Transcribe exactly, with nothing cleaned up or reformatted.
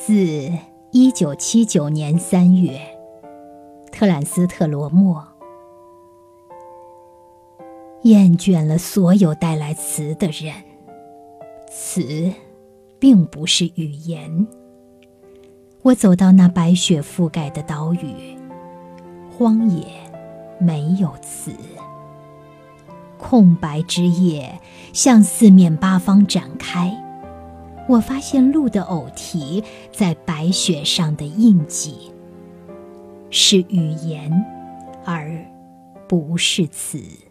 自一九七九年三月，特兰斯特罗莫。厌倦了所有带来词的人，词并不是语言。我走到那白雪覆盖的岛屿，荒野没有词，空白之夜向四面八方展开。我发现鹿的偶蹄在白雪上的印记，是语言而不是词。